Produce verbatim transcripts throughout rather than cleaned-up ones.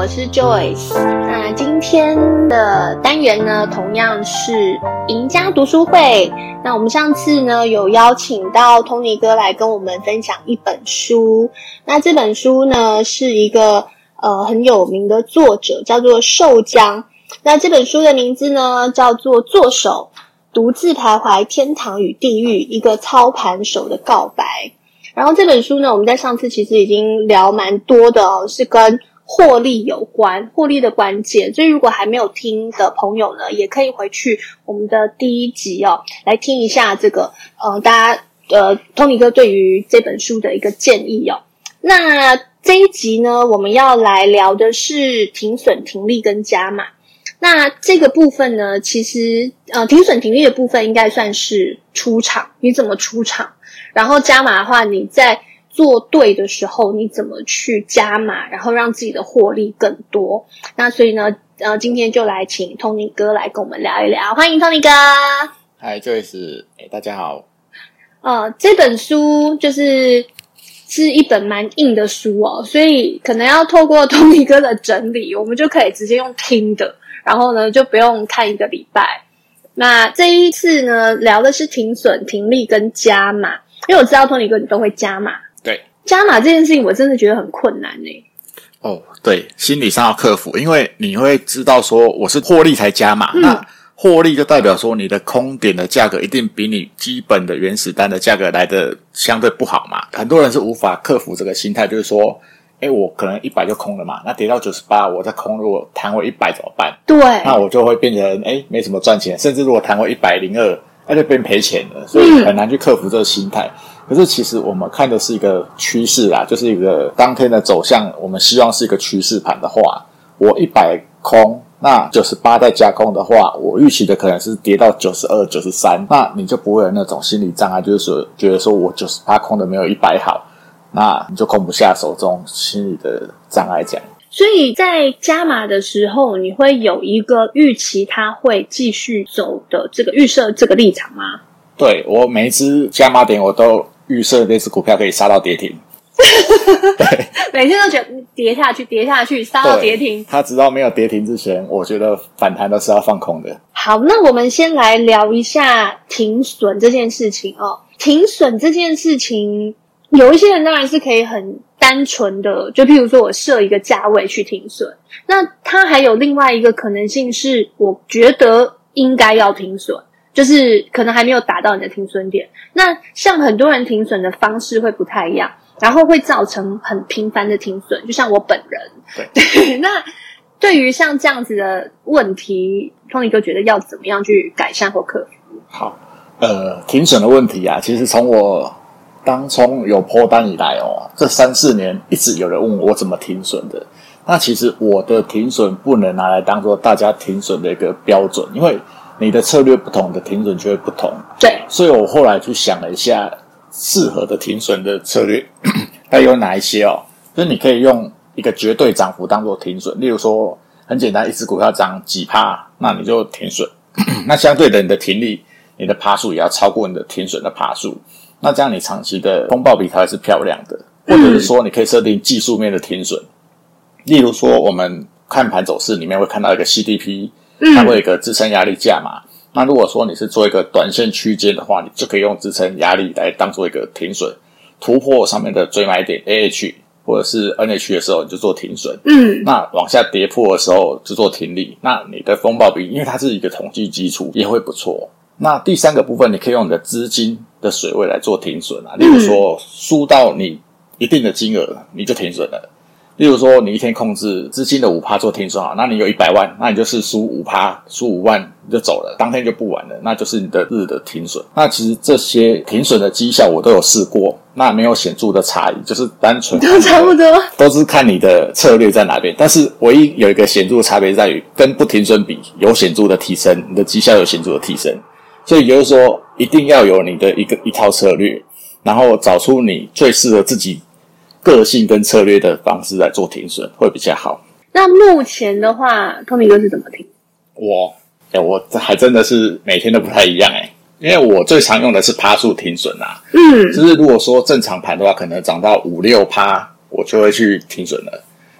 我是 Joyce。那今天的单元呢，同样是赢家读书会。那我们上次呢，有邀请到 Tony 哥来跟我们分享一本书。那这本书呢，是一个呃很有名的作者，叫做寿江。那这本书的名字呢，叫做《作手独自徘徊天堂与地狱：一个操盘手的告白》。然后这本书呢，我们在上次其实已经聊蛮多的哦，是跟获利有关，获利的关键。所以如果还没有听的朋友呢，也可以回去我们的第一集哦，来听一下这个呃，大家呃，Tony 哥对于这本书的一个建议哦。那这一集呢，我们要来聊的是停损、停利跟加码。那这个部分呢，其实呃，停损停利的部分应该算是出场，你怎么出场？然后加码的话，你在做对的时候，你怎么去加码，然后让自己的获利更多？那所以呢，呃，今天就来请 Tony 哥来跟我们聊一聊，欢迎 Tony 哥。 嗨 Joyce， 欸，大家好。 呃，这本书就是是一本蛮硬的书哦，所以可能要透过 Tony 哥的整理，我们就可以直接用听的，然后呢就不用看一个礼拜。那这一次呢，聊的是停损、停利跟加码。因为我知道 Tony 哥你都会加码， 对， 加码这件事情我真的觉得很困难耶。 哦，对，心理上要克服，因为你会知道说我是获利才加码，嗯、那获利就代表说你的空点的价格一定比你基本的原始单的价格来的相对不好嘛。很多人是无法克服这个心态，就是说，诶我可能一百就空了嘛，那跌到九十八我再空，如果弹回一百怎么办？对，那我就会变成诶没什么赚钱，甚至如果弹回一百零二。那就变赔钱了，所以很难去克服这个心态。嗯、可是其实我们看的是一个趋势啦，就是一个当天的走向，我们希望是一个趋势盘的话，我一百空，那九十八再加空的话，我预期的可能是跌到九十二、九十三，那你就不会有那种心理障碍，就是说觉得说我九十八空的没有一百好，那你就空不下手中心理的障碍这样。 所以在加码的时候，你会有一个预期它会继续走的这个预设这个立场吗？ 对，我每一支加码点我都预设这支股票可以杀到跌停。对， 每天都觉得跌下去跌下去杀到跌停， 它直到没有跌停之前，我觉得反弹都是要放空的。 好，那我们先来聊一下停损这件事情哦。停损这件事情，有一些人当然是可以很单纯的，就譬如说我设一个价位去停损，那它还有另外一个可能性是，我觉得应该要停损，就是可能还没有达到你的停损点。那像很多人停损的方式会不太一样，然后会造成很频繁的停损，就像我本人。对，那对于像这样子的问题，Tony哥觉得要怎么样去改善或克服？ 好，呃，停损的问题啊，其实从我当冲有波单以来哦，这三四年一直有人问我怎么停损的。那其实我的停损不能拿来当做大家停损的一个标准，因为你的策略不同，的停损就会不同。 对， 所以我后来去想了一下适合的停损的策略，它有哪一些哦？就是你可以用一个绝对涨幅当做停损，例如说很简单，一只股票涨几趴，那你就停损。那相对的，你的停利，你的趴数也要超过你的停损的趴数。那这样你长期的风暴比才会是漂亮的，或者是说你可以设定技术面的停损，例如说我们看盘走势里面会看到一个 C D P， 它会有一个支撑压力价嘛。那如果说你是做一个短线区间的话，你就可以用支撑压力来当做一个停损，突破上面的追买点 A H 或者是 N H 的时候你就做停损，嗯，那往下跌破的时候就做停利。那你的风暴比因为它是一个统计基础也会不错。那第三个部分，你可以用你的资金的水位来做停损啊，例如说输到你一定的金额你就停损了，例如说你一天控制资金的 百分之五 做停损好，那你有一百万，那你就是输 百分之五， 输五万你就走了，当天就不玩了，那就是你的日的停损。那其实这些停损的绩效我都有试过，那没有显著的差异，就是单纯都差不多， 都是看你的策略在哪边，但是唯一有一个显著的差别在于跟不停损比有显著的提升，你的绩效有显著的提升。所以也就是说一定要有你的一个一套策略，然后找出你最适合自己个性跟策略的方式来做停损会比较好。 那目前的话 Tony 哥是怎么停？ 我欸我还真的是每天都不太一样欸，因为我最常用的是趴数停损啊。嗯，就是如果说正常盘的话可能涨到五六趴我就会去停损了。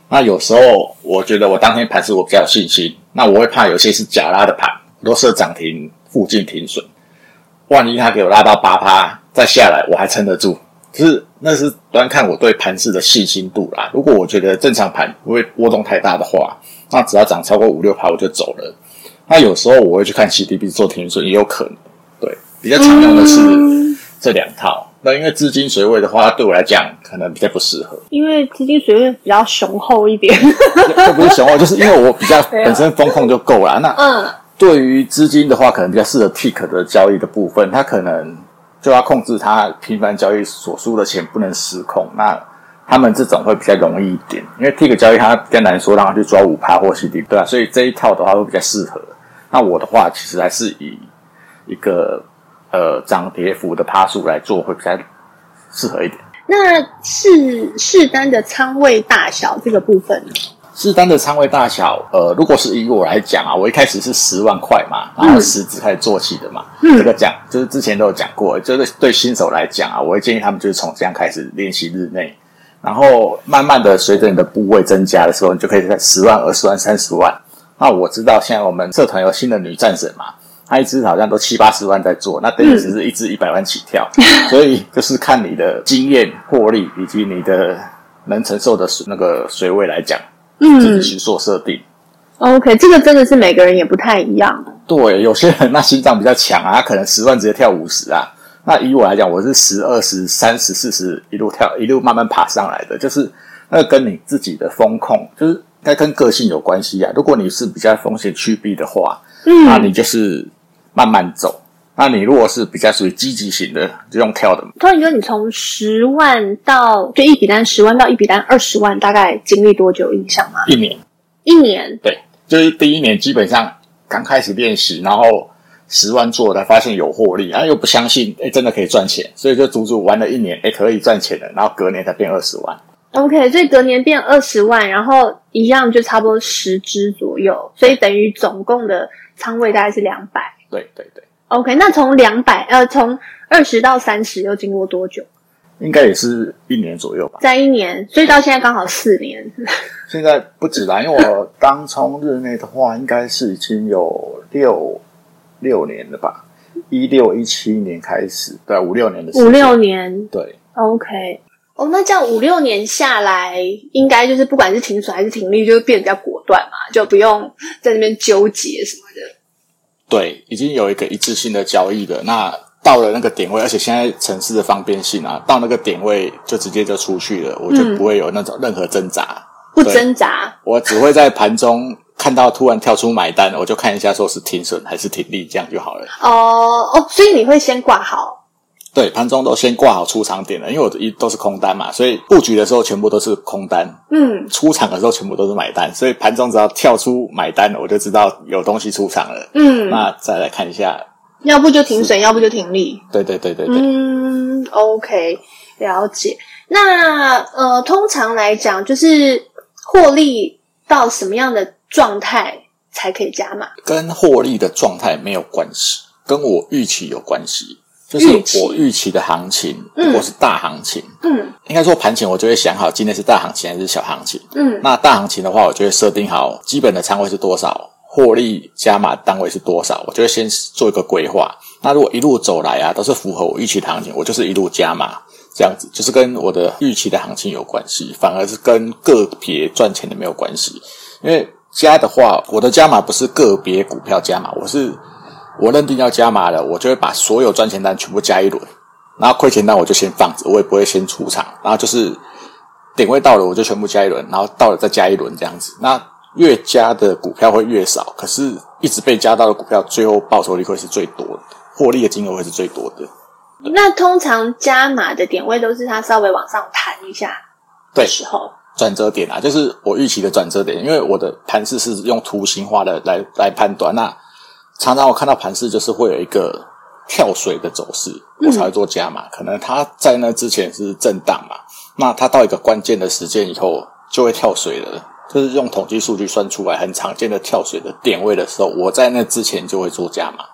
那有时候我觉得我当天盘势我比较有信心，那我会怕有些是假拉的盘，我都设涨停附近停损，万一他给我拉到 百分之八 再下来我还撑得住，就是那是端看我对盘势的信心度啦。如果我觉得正常盘不会波动太大的话，那只要涨超过 百分之五六 我就走了。那有时候我会去看 C D B 做停损也有可能，对，比较常用的是这两套。那因为资金水位的话对我来讲可能比较不适合， 因为资金水位比较雄厚一点这不是雄厚，就是因为我比较本身风控就够了。那嗯， 对于资金的话可能比较适合 tick 的交易的部分，它可能就要控制它频繁交易所输的钱不能失控，那他们这种会比较容易一点，因为 tick 交易它比较难说让它去抓 百分之五 或 C D B， 对啊，所以这一套的话会比较适合。那我的话其实还是以一个呃涨跌幅的趴数来做会比较适合一点。 那试试单的仓位大小这个部分呢？ 试单的仓位大小，呃，如果是以我来讲啊，我一开始是十万块嘛，然后十只开始做起的嘛，嗯，这个讲就是之前都有讲过，就是对新手来讲啊，我会建议他们就是从这样开始练习日内，然后慢慢的随着你的部位增加的时候，你就可以在十万、二十万、三十万。那我知道现在我们社团有新的女战神嘛，她一支好像都七八十万在做，那等于只是一支一百万起跳，嗯，所以就是看你的经验、获利以及你的能承受的那个水位来讲。嗯，自己去做设定。 OK， 这个真的是每个人也不太一样。 对，有些人那心脏比较强啊，他可能十万直接跳五十啊。那以我来讲，我是十、二十、三十、四十一路跳，一路慢慢爬上来的。就是那个跟你自己的风控，就是该跟个性有关系啊。如果你是比较风险趋避的话，嗯，那你就是慢慢走。那你如果是比较属于积极型的，就用跳的。 突然觉得你从十万到就一笔单十万到一笔单二十万，大概经历多久印象吗？ 一年。 一年？ 对，就是第一年基本上刚开始练习，然后十万做的，发现有获利，然后又不相信，哎，真的可以赚钱，所以就足足玩了一年，哎，可以赚钱了，然后隔年才变二十万。 OK， 所以隔年变二十万，然后一样就差不多十支左右，所以等于总共的仓位大概是两百。 对对对。 OK， 那从两百呃，从二十到三十又经过多久？ 应该也是一年左右吧。 在一年，所以到现在刚好四年。 现在不止啦，因为我刚冲日内的话，应该是已经有六六年了吧，一六一七年开始，对，五六年的时间。 五六年， 对。 OK， 哦，那这样五六年下来，应该就是不管是停损还是停利，就会变得比较果断嘛，就不用在那边纠结什么的。 对，已经有一个一致性的交易了。那到了那个点位，而且现在程式的方便性啊，到那个点位就直接就出去了，我就不会有那种任何挣扎，嗯， 不挣扎。 我只会在盘中看到突然跳出买单，我就看一下说是停损还是停利，这样就好了。 哦哦，所以你会先挂好。 对，盘中都先挂好出场点了，因为我一都是空单嘛，所以布局的时候全部都是空单，嗯，出场的时候全部都是买单，所以盘中只要跳出买单了，我就知道有东西出场了，嗯，那再来看一下， 要不就停损，要不就停利， 对对对对对， 嗯 ，OK， 了解。那呃，通常来讲，就是获利到什么样的状态才可以加码？ 跟获利的状态没有关系，跟我预期有关系。就是我预期的行情，如果是大行情，嗯，应该说盘前我就会想好今天是大行情还是小行情，嗯，那大行情的话，我就会设定好基本的仓位是多少，获利加码单位是多少，我就会先做一个规划。那如果一路走来啊，都是符合我预期的行情，我就是一路加码，这样子就是跟我的预期的行情有关系，反而是跟个别赚钱的没有关系。因为加的话，我的加码不是个别股票加码，我是我认定要加码了，我就会把所有赚钱单全部加一轮，然后亏钱单我就先放着，我也不会先出场，然后就是点位到了我就全部加一轮，然后到了再加一轮这样子。那越加的股票会越少，可是一直被加到的股票最后报酬率会是最多的，获利的金额会是最多的。 那通常加码的点位都是它稍微往上弹一下的时候， 转折点啊，就是我预期的转折点，因为我的盘势是用图形化的来来判断，那常常我看到盘势就是会有一个跳水的走势，我才会做加码，嗯，可能它在那之前是震荡嘛，那它到一个关键的时间以后就会跳水了，就是用统计数据算出来很常见的跳水的点位的时候，我在那之前就会做加码。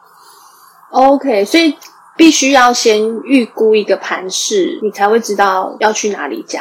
OK， 所以必须要先预估一个盘势，你才会知道要去哪里加码。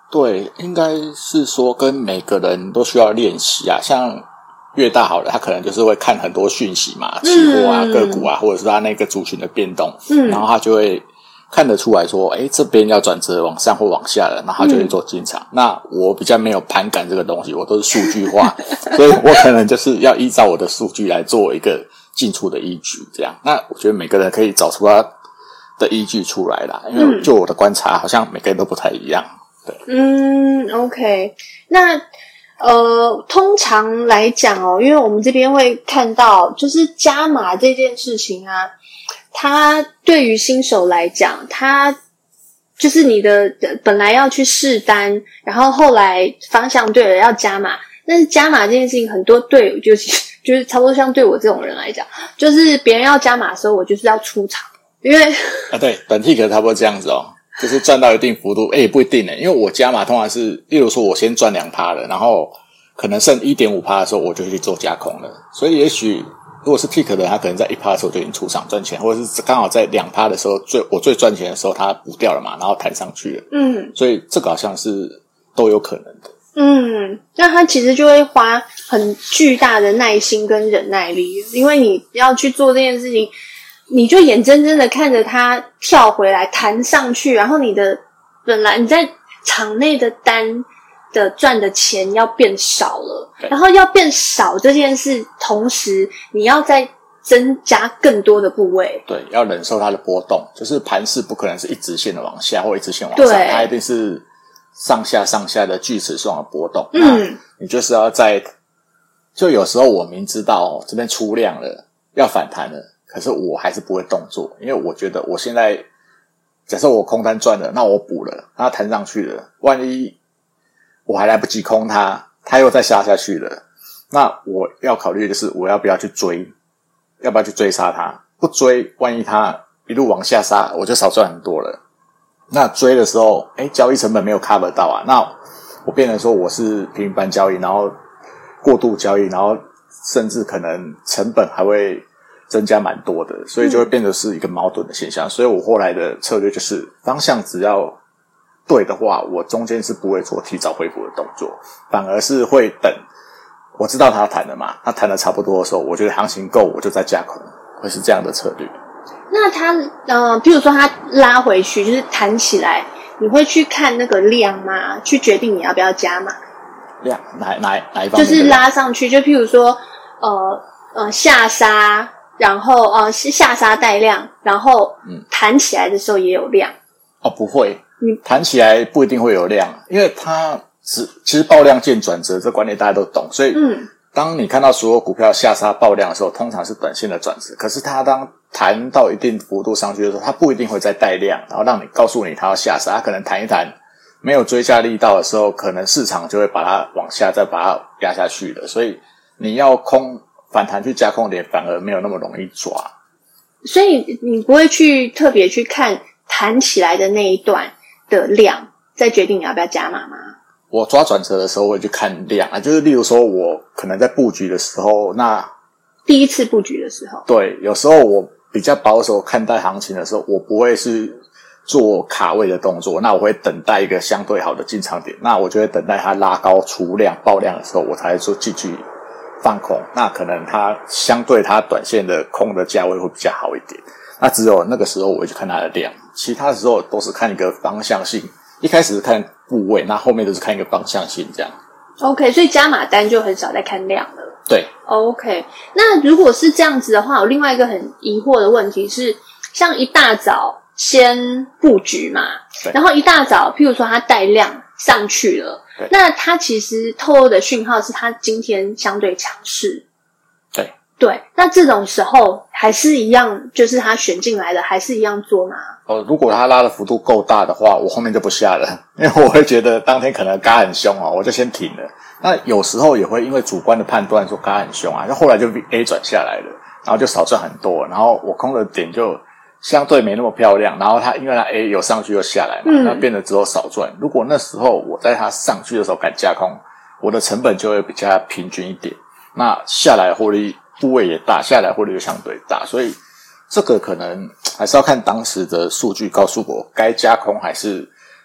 对，应该是说跟每个人都需要练习啊，像越大好了，他可能就是会看很多讯息嘛，期货啊、个股啊，或者是他那个族群的变动，嗯，然后他就会看得出来说，诶，这边要转折往上或往下了，然后他就会做进场。嗯、那我比较没有盘感这个东西，我都是数据化，所以我可能就是要依照我的数据来做一个进出的依据，这样。那我觉得每个人可以找出他的依据出来啦，因为就我的观察，好像每个人都不太一样。对， 嗯 ，OK， 那呃，通常来讲哦，因为我们这边会看到，就是加码这件事情啊，它对于新手来讲，它就是你的本来要去试单，然后后来方向对了要加码，但是加码这件事情，很多队友就是就是差不多像对我这种人来讲，就是别人要加码的时候，我就是要出场，因为啊，对，短 T 可差不多这样子哦。就是赚到一定幅度，诶，不一定诶，因为我加码通常是，例如说我先赚 百分之二 了，然后可能剩 一点五 的时候，我就去做加空了。所以也许如果是 tick 的，他可能在 百分之一 的时候就已经出场赚钱，或者是刚好在 百分之二 的时候，最我最赚钱的时候，他补掉了嘛，然后弹上去了。嗯，所以这个好像是都有可能的。 嗯，那他其实就会花很巨大的耐心跟忍耐力，因为你要去做这件事情。你就眼睁睁的看着它跳回来弹上去，然后你的本来你在场内的单的赚的钱要变少了，然后要变少这件事，同时你要再增加更多的部位， 对，要忍受它的波动，就是盘势不可能是一直线的往下或一直线往上，它一定是上下上下的锯齿状的波动。嗯，你就是要在，就有时候我明知道、哦、这边出量了，要反弹了。可是我还是不会动作，因为我觉得我现在假设我空单赚了，那我补了，它弹上去了，万一我还来不及空它，它又再下下去了，那我要考虑的就是我要不要去追，要不要去追杀它？不追，万一它一路往下杀，我就少赚很多了。那追的时候，诶，交易成本没有 cover 到啊，那我变成说我是频繁交易，然后过度交易，然后甚至可能成本还会增加蛮多的，所以就会变得是一个矛盾的现象、嗯、所以我后来的策略就是方向只要对的话，我中间是不会做提早恢复的动作，反而是会等我知道它弹了嘛，它弹的差不多的时候，我觉得行情够我就再加空，会是这样的策略。 那它呃，比如说它拉回去就是弹起来，你会去看那个量吗？去决定你要不要加码？ 量哪哪哪一方面？ 就是拉上去，就譬如说呃呃下杀，然后呃是下杀带量，然后嗯弹起来的时候也有量。 哦，不会，你弹起来不一定会有量，因为它只其实爆量见转折，这观念大家都懂，所以嗯，当你看到所有股票下杀爆量的时候，通常是短线的转折，可是它当弹到一定幅度上去的时候，它不一定会再带量，然后让你告诉你它要下杀，它可能弹一弹没有追加力道的时候，可能市场就会把它往下再把它压下去了，所以你要空反弹去加空点反而没有那么容易抓。 所以你不会去特别去看弹起来的那一段的量，再决定你要不要加码吗？ 我抓转折的时候会去看量啊，就是例如说我可能在布局的时候，那第一次布局的时候， 对，有时候我比较保守看待行情的时候，我不会是做卡位的动作，那我会等待一个相对好的进场点，那我就会等待它拉高出量爆量的时候，我才说继续放空，那可能它相对它短线的空的价位会比较好一点，那只有那个时候我会去看它的量，其他的时候都是看一个方向性，一开始是看部位，那后面都是看一个方向性这样。 OK， 所以加码单就很少在看量了。 对 ，OK。那如果是这样子的话，有另外一个很疑惑的问题是，像一大早先布局嘛，然后一大早，譬如说它带量上去了，那它其实透露的讯号是它今天相对强势。 对对，那这种时候还是一样，就是它选进来的，还是一样做吗？ 哦，如果它拉的幅度够大的话，我后面就不下了，因为我会觉得当天可能嘎很凶哦，我就先停了。那有时候也会因为主观的判断说嘎很凶啊，那后来就 A 转下来了，然后就少赚很多，然后我空的点就相对没那么漂亮，然后它因为它 A 有上去又下来嘛，嗯、那变得只有少赚。如果那时候我在它上去的时候敢加空，我的成本就会比较平均一点，那下来获利部位也大，下来获利就相对大，所以这个可能还是要看当时的数据告诉我该加空还是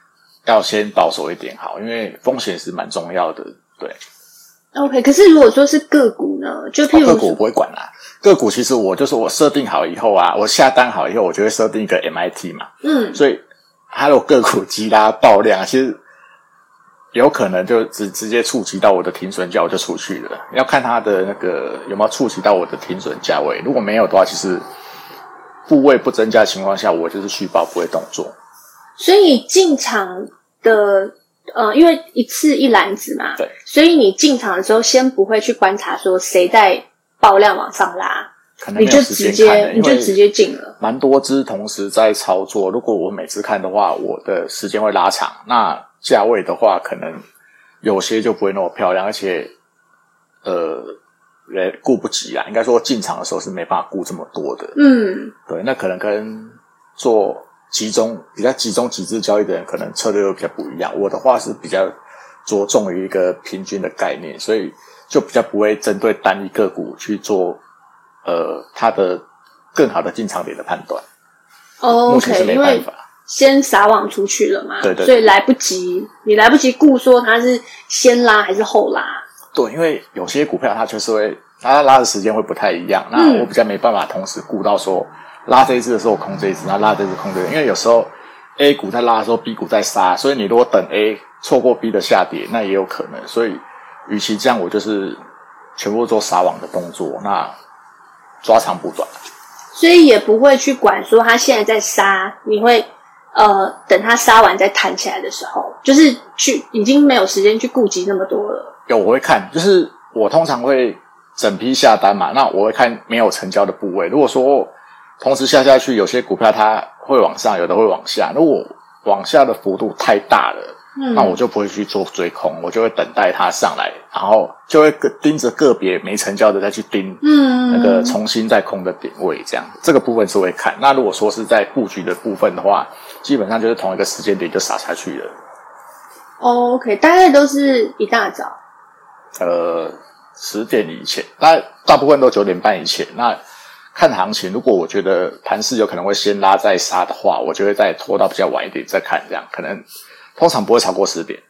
要先保守一点好，因为风险是蛮重要的。对 ，OK。可是如果说是个股呢，就譬如、 哦、个股我不会管啦。个股其实我就是我设定好以后啊，我下单好以后，我就会设定一个 M I T 嘛，嗯，所以还有个股急拉爆量，其实有可能就直直接触及到我的停损价，我就出去了。要看它的那个有没有触及到我的停损价位，如果没有的话，其实部位不增加的情况下，我就是续报不会动作。 所以进场的呃，因为一次一篮子嘛， 对， 所以你进场的时候，先不会去观察说谁在爆量往上拉， 可能没有时间看的， 你就直接你就直接进了。 蛮多只同时在操作，如果我每次看的话，我的时间会拉长，那价位的话，可能有些就不会那么漂亮，而且呃，也顾不及啊。应该说进场的时候是没办法顾这么多的。嗯，对，那可能跟做集中比较集中几只交易的人，可能策略又比较不一样。我的话是比较着重于一个平均的概念，所以就比较不会针对单一个股去做呃它的更好的进场点的判断。 哦、 目前是没办法。 先撒网出去了嘛， 对 对, 对， 所以来不及，你来不及顾说它是先拉还是后拉。 对，因为有些股票它就是会，它拉的时间会不太一样，那我比较没办法同时顾到说拉这一只的时候空这一只，然后拉这一只空这一只，因为有时候 A 股在拉的时候 B 股在杀，所以你如果等 A 错过 B 的下跌，那也有可能，所以与其这样，我就是全部做撒网的动作，那抓长补短， 所以也不会去管说它现在在杀，你会呃等它杀完再弹起来的时候，就是去已经没有时间去顾及那么多了。 有我会看，就是我通常会整批下单嘛，那我会看没有成交的部位。如果说同时下下去，有些股票它会往上，有的会往下。如果往下的幅度太大了，嗯，那我就不会去做追空，我就会等待它上来，然后就会盯着个别没成交的再去盯，嗯，那个重新再空的点位，这样这个部分是会看。那如果说是在布局的部分的话，基本上就是同一个时间点就撒下去了。 哦 OK， 大概都是一大早， 呃，十点以前，那大部分都九点半以前。那看行情，如果我觉得盘势有可能会先拉再杀的话，我就会再拖到比较晚一点再看，这样可能通常不会超过十点。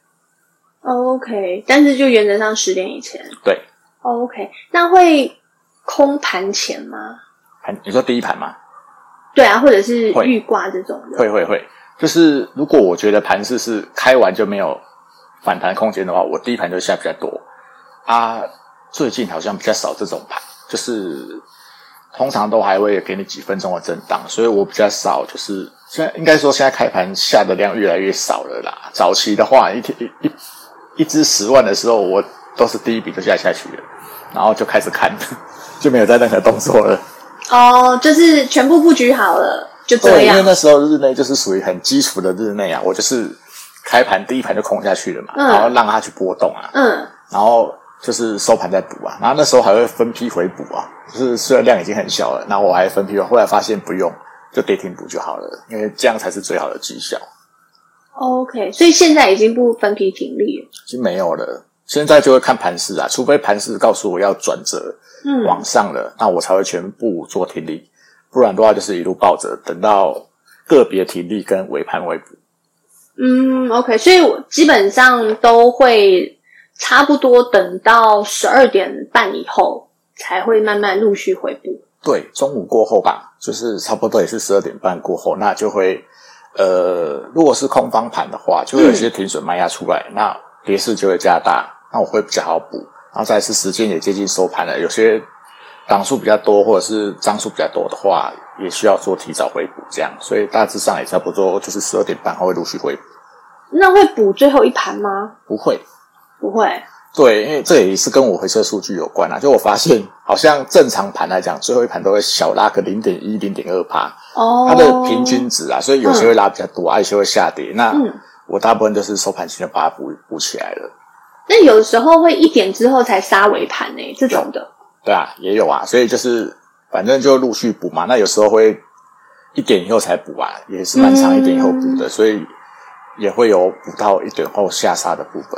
Oh, OK， 但是就原则上十点以前。 对。 Oh, OK， 那会空盘前吗？ 盘？你说第一盘吗？ 对啊，或者是预挂这种的。 会会会，就是如果我觉得盘势是开完就没有反弹空间的话，我第一盘就下比较多啊。最近好像比较少这种盘，就是通常都还会给你几分钟的震荡，所以我比较少，就是现在应该说现在开盘下的量越来越少了啦。早期的话，一天一一一支十万的时候，我都是第一笔就下下去了，然后就开始看，就没有再任何动作了。 哦，就是全部布局好了，就这样。 对，因为那时候日内就是属于很基础的日内啊，我就是开盘第一盘就空下去了嘛，嗯、然后让它去波动啊，嗯，然后就是收盘再补啊，然后那时候还会分批回补啊，就是虽然量已经很小了，然后我还分批，后来发现不用，就跌停补就好了，因为这样才是最好的绩效。 OK， 所以现在已经不分批停利了， 已经没有了。现在就会看盘势啊，除非盘势告诉我要转折，嗯，往上了，那我才会全部做停利，不然的话就是一路抱着，等到个别停利跟尾盘为补。 嗯 ，OK， 所以我基本上都会差不多等到十二点半以后才会慢慢陆续回补。 对，中午过后吧，就是差不多也是十二点半过后，那就会呃，如果是空方盘的话，就会有一些停损卖压出来，嗯、那跌势就会加大，那我会比较好补。然后再来是时间也接近收盘了，有些档数比较多或者是张数比较多的话，也需要做提早回补，这样，所以大致上也差不多就是十二点半后会陆续回补。 那会补最后一盘吗？ 不会， 不会。 对，因为这也是跟我回测数据有关啊。就我发现，好像正常盘来讲，最后一盘都会小拉个 零点一、零点二 趴，哦，它的平均值啊，所以有些会拉比较多，嗯、有些会下跌。那、嗯、我大部分都是收盘前就把它补补起来了。 那有时候会一点之后才杀尾盘诶、欸，这种的。 对啊，也有啊，所以就是反正就陆续补嘛。那有时候会一点以后才补啊，也是蛮长一点以后补的，嗯、所以也会有补到一点后下杀的部分。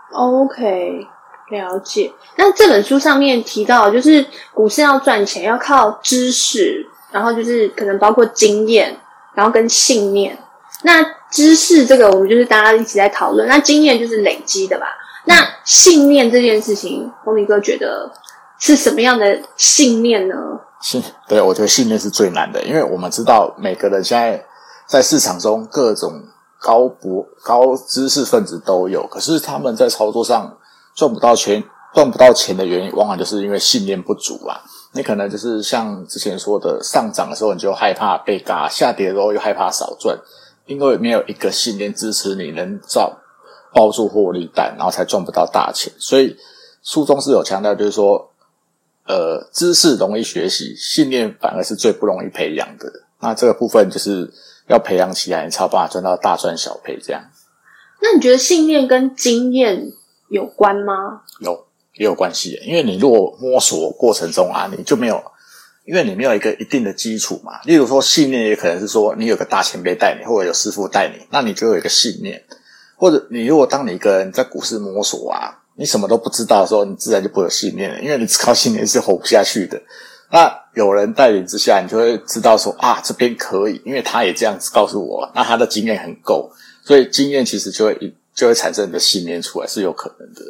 OK， 了解。那这本书上面提到，就是股市要赚钱要靠知识，然后就是可能包括经验，然后跟信念。那知识这个我们就是大家一起在讨论，那经验就是累积的吧。那信念这件事情，红米哥觉得是什么样的信念呢？ 信，对，我觉得信念是最难的，因为我们知道每个人现在在市场中各种高博高知识分子都有，可是他们在操作上赚不到钱，赚不到钱的原因，往往就是因为信念不足啊。你可能就是像之前说的，上涨的时候你就害怕被嘎，下跌的时候又害怕少赚，因为没有一个信念支持你能造抱住获利蛋，然后才赚不到大钱。所以书中是有强调，就是说呃，知识容易学习，信念反而是最不容易培养的。那这个部分就是要培养起来，你才有办法赚到大赚小赔这样。 那你觉得信念跟经验有关吗？ 有，也有关系。因为你如果摸索过程中啊，你就没有，因为你没有一个一定的基础嘛。例如说信念也可能是说你有个大前辈带你，或者有师傅带你，那你就有一个信念。或者你如果当你一个人在股市摸索啊，你什么都不知道的时候，你自然就不会有信念了，因为你只靠信念是活不下去的。那有人带领之下，你就会知道说啊，这边可以，因为他也这样子告诉我，那他的经验很够，所以经验其实就会就会产生你的信念出来，是有可能的。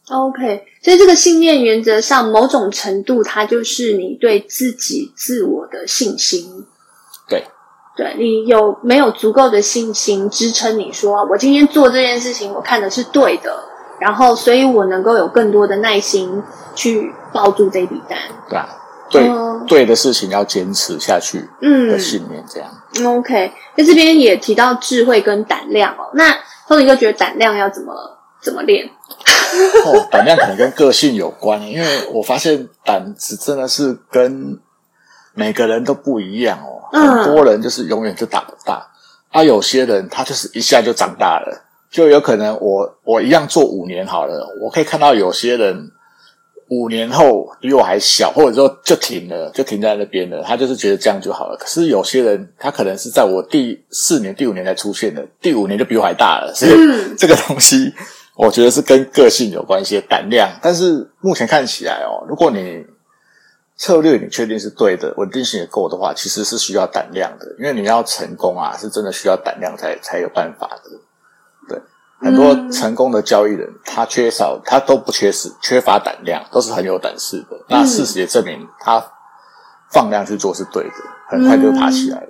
OK， 所以这个信念原则上某种程度它就是你对自己自我的信心。 对， 对，你有没有足够的信心支撑你说我今天做这件事情我看的是对的，然后所以我能够有更多的耐心去抱住这笔单。 对啊，对、嗯、对的事情要坚持下去的信念这样。 嗯、OK， 在这边也提到智慧跟胆量哦。那Tony哥觉得胆量要怎么怎么练？ 哦，胆量可能跟个性有关，因为我发现胆子真的是跟每个人都不一样哦。嗯、很多人就是永远就打不大，啊，有些人他就是一下就长大了，就有可能我我一样做五年好了，我可以看到有些人五年后比我还小，或者说就停了，就停在那边了，他就是觉得这样就好了。可是有些人他可能是在我第四年、第五年才出现的，第五年就比我还大了，所以这个东西我觉得是跟个性有关系，胆量。但是目前看起来哦，如果你策略你确定是对的，稳定性也够的话，其实是需要胆量的，因为你要成功啊，是真的需要胆量才才有办法的。对，很多成功的交易人，他缺少，他都不缺失，缺乏胆量，都是很有胆识的。那事实也证明，他放量去做是对的，很快就爬起来了。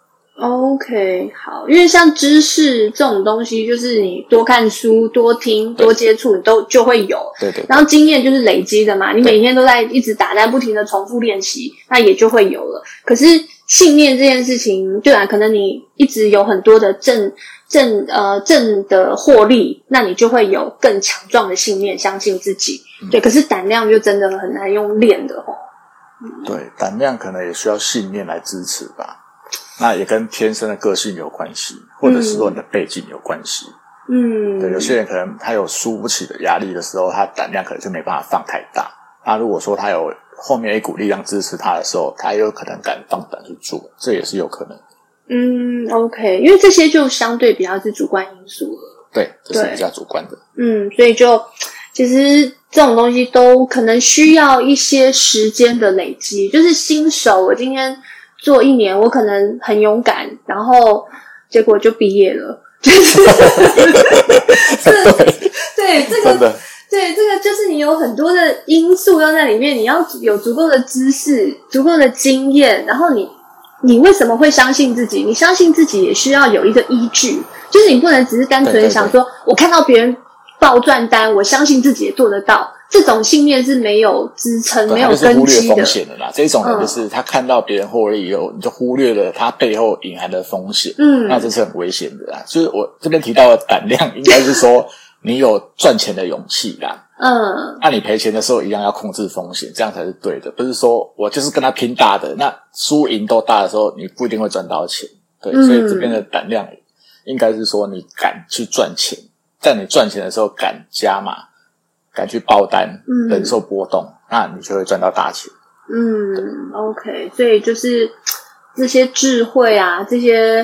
OK， 好，因为像知识这种东西，就是你多看书、多听、多接触，你都就会有。 对 对, 对。 然后经验就是累积的嘛，你每天都在一直打单，不停的重复练习，那也就会有了。可是信念这件事情，对啊，可能你一直有很多的正正呃正的获利，那你就会有更强壮的信念，相信自己。嗯、对，可是胆量就真的很难用练的哦。 嗯、对，胆量可能也需要信念来支持吧。那也跟天生的个性有关系，或者是说你的背景有关系。嗯，对，有些人可能他有输不起的压力的时候，他胆量可能就没办法放太大。那如果说他有后面一股力量支持他的时候，他也有可能敢放胆去做，这也是有可能。 嗯 ，OK， 因为这些就相对比较是主观因素了。 对，这是比较主观的。 嗯，所以就其实这种东西都可能需要一些时间的累积。就是新手，我今天做一年，我可能很勇敢，然后结果就毕业了，就是对对这个对这个就是你有很多的因素要在里面，你要有足够的知识、足够的经验，然后你你为什么会相信自己？你相信自己也需要有一个依据，就是你不能只是单纯的想说，我看到别人爆赚单，我相信自己也做得到。这种信念是没有支撑、没有根基的。他就是忽略风险的啦。这种人就是他看到别人获利以后，你就忽略了他背后隐含的风险。嗯，那这是很危险的啦。就是我这边提到的胆量，应该是说你有赚钱的勇气啦。嗯，那你赔钱的时候一样要控制风险，这样才是对的。不是说我就是跟他拼大的，那输赢都大的时候，你不一定会赚到钱。对，嗯、所以这边的胆量应该是说你敢去赚钱，在你赚钱的时候敢加码。敢去爆单，嗯、忍受波动，那你就会赚到大钱。嗯 ，OK， 所以就是这些智慧啊，这些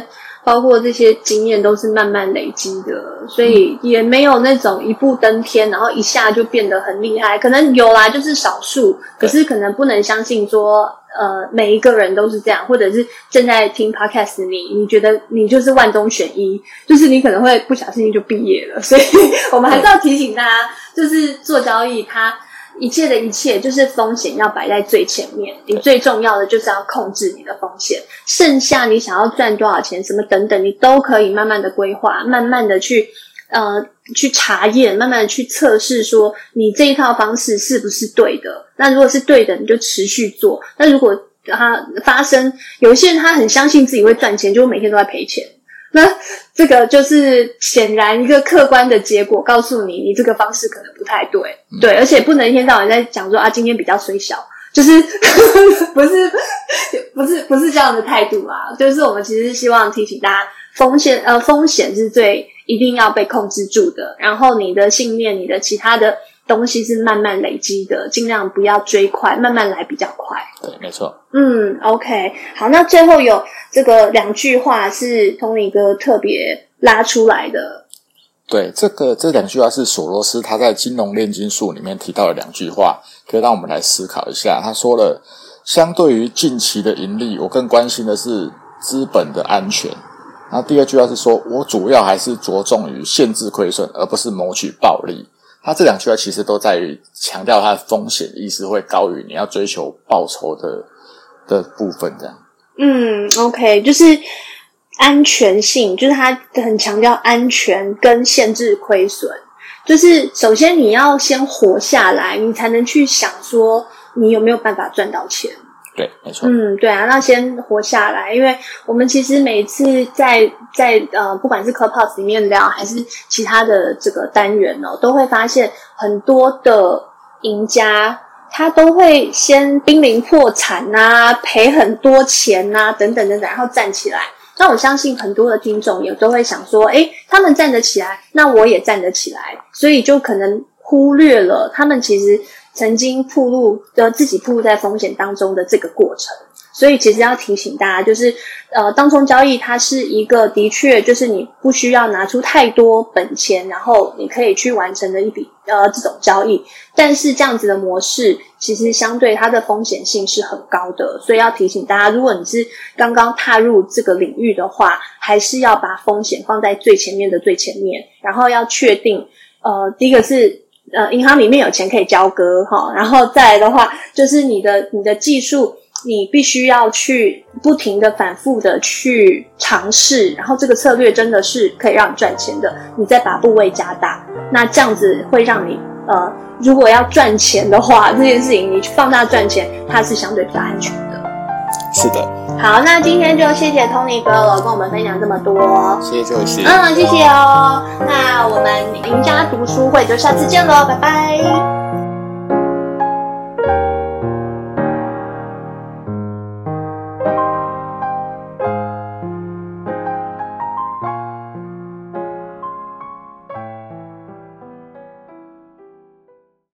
包括这些经验都是慢慢累积的，所以也没有那种一步登天，然后一下就变得很厉害。可能有啦，就是少数，可是可能不能相信说，呃，每一个人都是这样，或者是正在听 podcast 的你，你觉得你就是万中选一，就是你可能会不小心就毕业了。所以我们还是要提醒大家，就是做交易，它一切的一切就是风险要摆在最前面，你最重要的就是要控制你的风险，剩下你想要赚多少钱什么等等，你都可以慢慢的规划，慢慢的去呃去查验，慢慢的去测试说你这一套方式是不是对的。那如果是对的，你就持续做。那如果它发生，有一些人他很相信自己会赚钱，就每天都在赔钱，那这个就是显然一个客观的结果，告诉你你这个方式可能不太对，嗯、对，而且不能一天到晚在讲说啊今天比较衰小，就是不是不是不是这样的态度啊，就是我们其实希望提醒大家，风险呃风险是最一定要被控制住的，然后你的信念、你的其他的东西是慢慢累积的，尽量不要追快，慢慢来比较快。 对，没错。 嗯 ，OK， 好，那最后有这个两句话是Tony哥特别拉出来的。 对，这个这两句话是索罗斯他在《金融炼金术》里面提到的两句话，可以让我们来思考一下。他说了，相对于近期的盈利，我更关心的是资本的安全。然后第二句话是说，我主要还是着重于限制亏损，而不是谋取暴利。他这两句话其实都在于强调它的风险意识会高于你要追求报酬的的部分，这样。 嗯 ，OK， 就是安全性，就是他很强调安全跟限制亏损。就是首先你要先活下来，你才能去想说你有没有办法赚到钱。 对，没错。 嗯，对啊，那先活下来，因为我们其实每次在在呃，不管是 Clubhouse 里面聊，还是其他的这个单元哦，都会发现很多的赢家，他都会先濒临破产啊，赔很多钱啊，等等等等，然后站起来。那我相信很多的听众也都会想说，诶，他们站得起来，那我也站得起来，所以就可能忽略了他们其实曾经暴露呃自己暴露在风险当中的这个过程。所以其实要提醒大家，就是呃当冲交易它是一个的确就是你不需要拿出太多本钱，然后你可以去完成的一笔呃这种交易，但是这样子的模式其实相对它的风险性是很高的，所以要提醒大家，如果你是刚刚踏入这个领域的话，还是要把风险放在最前面的最前面，然后要确定呃第一个是呃银行里面有钱可以交割齁，然后再来的话就是你的你的技术你必须要去不停的反复的去尝试，然后这个策略真的是可以让你赚钱的，你再把部位加大，那这样子会让你呃如果要赚钱的话，这件事情你放大赚钱它是相对比较安全的。 是的。 好，那今天就谢谢 Tony 哥了，跟我们分享这么多。 谢谢Joyce。 嗯，谢谢哦。那我们赢家读书会就下次见咯，拜拜。